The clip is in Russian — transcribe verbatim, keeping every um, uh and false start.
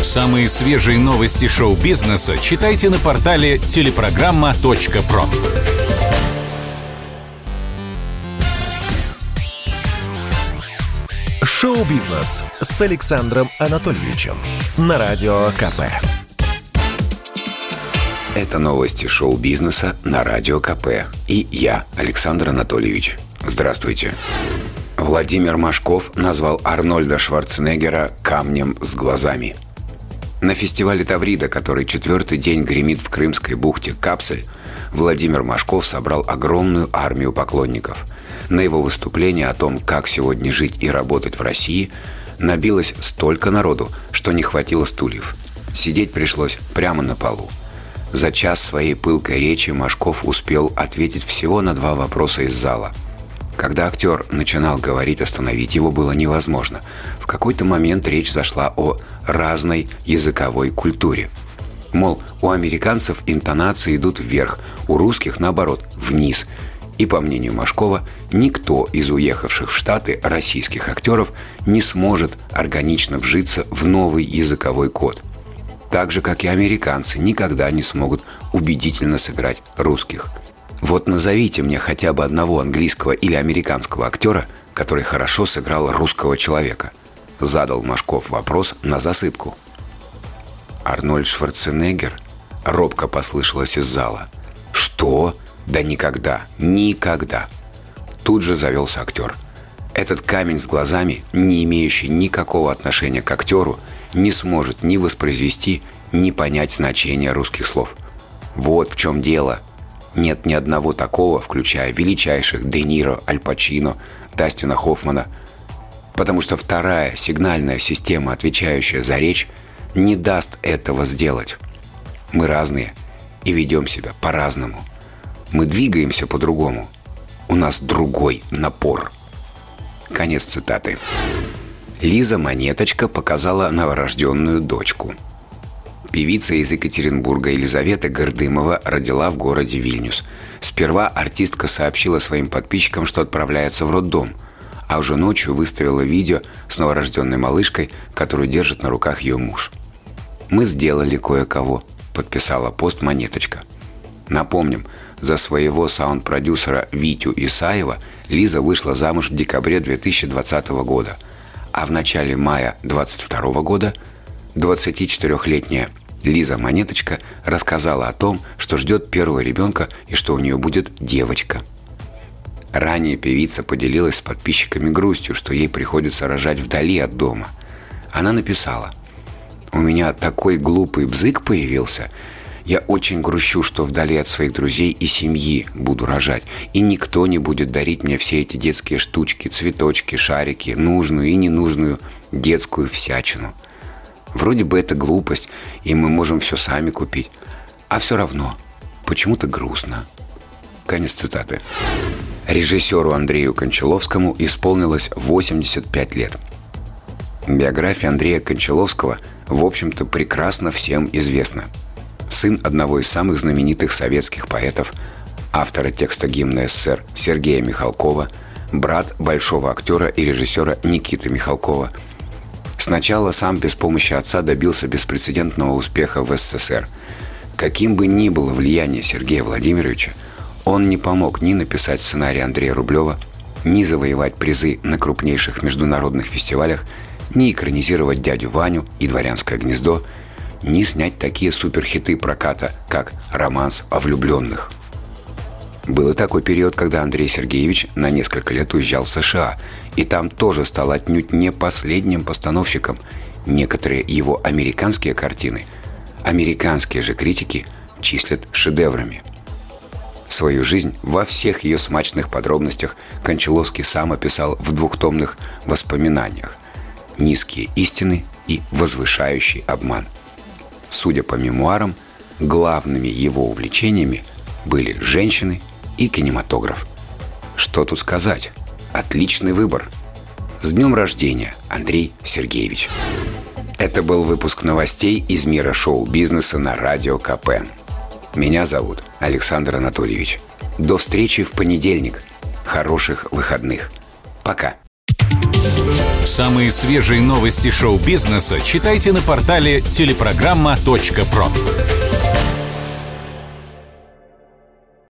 Самые свежие новости шоу-бизнеса читайте на портале телепрограмма точка про. Шоу-бизнес с Александром Анатольевичем на Радио КП. Это новости шоу-бизнеса на Радио КП. И я, Александр Анатольевич. Здравствуйте. Владимир Машков назвал Арнольда Шварценеггера «камнем с глазами». На фестивале Таврида, который четвертый день гремит в крымской бухте Капсель, Владимир Машков собрал огромную армию поклонников. На его выступление о том, как сегодня жить и работать в России, набилось столько народу, что не хватило стульев. Сидеть пришлось прямо на полу. За час своей пылкой речи Машков успел ответить всего на два вопроса из зала. Когда актер начинал говорить, остановить его было невозможно. В какой-то момент речь зашла о разной языковой культуре. Мол, у американцев интонации идут вверх, у русских, наоборот, вниз. И, по мнению Машкова, никто из уехавших в Штаты российских актеров не сможет органично вжиться в новый языковой код. Так же, как и американцы никогда не смогут убедительно сыграть русских. Вот назовите мне хотя бы одного английского или американского актера, который хорошо сыграл русского человека. Задал Машков вопрос на засыпку. Арнольд Шварценеггер? Робко послышалось из зала. Что? Да никогда, никогда. Тут же завелся актер. Этот камень с глазами, не имеющий никакого отношения к актеру, не сможет ни воспроизвести, ни понять значение русских слов. Вот в чем дело. Нет ни одного такого, включая величайших Де Ниро, Аль Пачино, Дастина Хоффмана. Потому что вторая сигнальная система, отвечающая за речь, не даст этого сделать. Мы разные и ведем себя по-разному. Мы двигаемся по-другому. У нас другой напор. Конец цитаты. Лиза Монеточка показала новорожденную дочку. Певица из Екатеринбурга Елизавета Гордымова родила в городе Вильнюс. Сперва артистка сообщила своим подписчикам, что отправляется в роддом, а уже ночью выставила видео с новорожденной малышкой, которую держит на руках ее муж. «Мы сделали кое-кого», — подписала пост Монеточка. Напомним, за своего саунд-продюсера Витю Исаева Лиза вышла замуж в декабре две тысячи двадцатого года, а в начале мая две тысячи двадцать второго года двадцатичетырёхлетняя Лиза Монеточка рассказала о том, что ждет первого ребенка и что у нее будет девочка. Ранее певица поделилась с подписчиками грустью, что ей приходится рожать вдали от дома. Она написала: «У меня такой глупый бзык появился. Я очень грущу, что вдали от своих друзей и семьи буду рожать, и никто не будет дарить мне все эти детские штучки, цветочки, шарики, нужную и ненужную детскую всячину. Вроде бы это глупость, и мы можем все сами купить. А все равно почему-то грустно». Конец цитаты. Режиссеру Андрею Кончаловскому исполнилось восемьдесят пять лет. Биография Андрея Кончаловского, в общем-то, прекрасно всем известна. Сын одного из самых знаменитых советских поэтов, автора текста гимна СССР Сергея Михалкова, брат большого актера и режиссера Никиты Михалкова. Сначала сам без помощи отца добился беспрецедентного успеха в СССР. Каким бы ни было влияние Сергея Владимировича, он не помог ни написать сценарий Андрея Рублева, ни завоевать призы на крупнейших международных фестивалях, ни экранизировать «Дядю Ваню» и «Дворянское гнездо», ни снять такие суперхиты проката, как «Романс о влюбленных». Был и такой период, когда Андрей Сергеевич на несколько лет уезжал в США, и там тоже стал отнюдь не последним постановщиком. Некоторые его американские картины американские же критики числят шедеврами. Свою жизнь во всех ее смачных подробностях Кончаловский сам описал в двухтомных воспоминаниях «Низкие истины» и «Возвышающий обман». Судя по мемуарам, главными его увлечениями были женщины и кинематограф. Что тут сказать? Отличный выбор. С днем рождения, Андрей Сергеевич. Это был выпуск новостей из мира шоу-бизнеса на Радио КП. Меня зовут Александр Анатольевич. До встречи в понедельник. Хороших выходных. Пока. Самые свежие новости шоу-бизнеса читайте на портале телепрограмма точка про.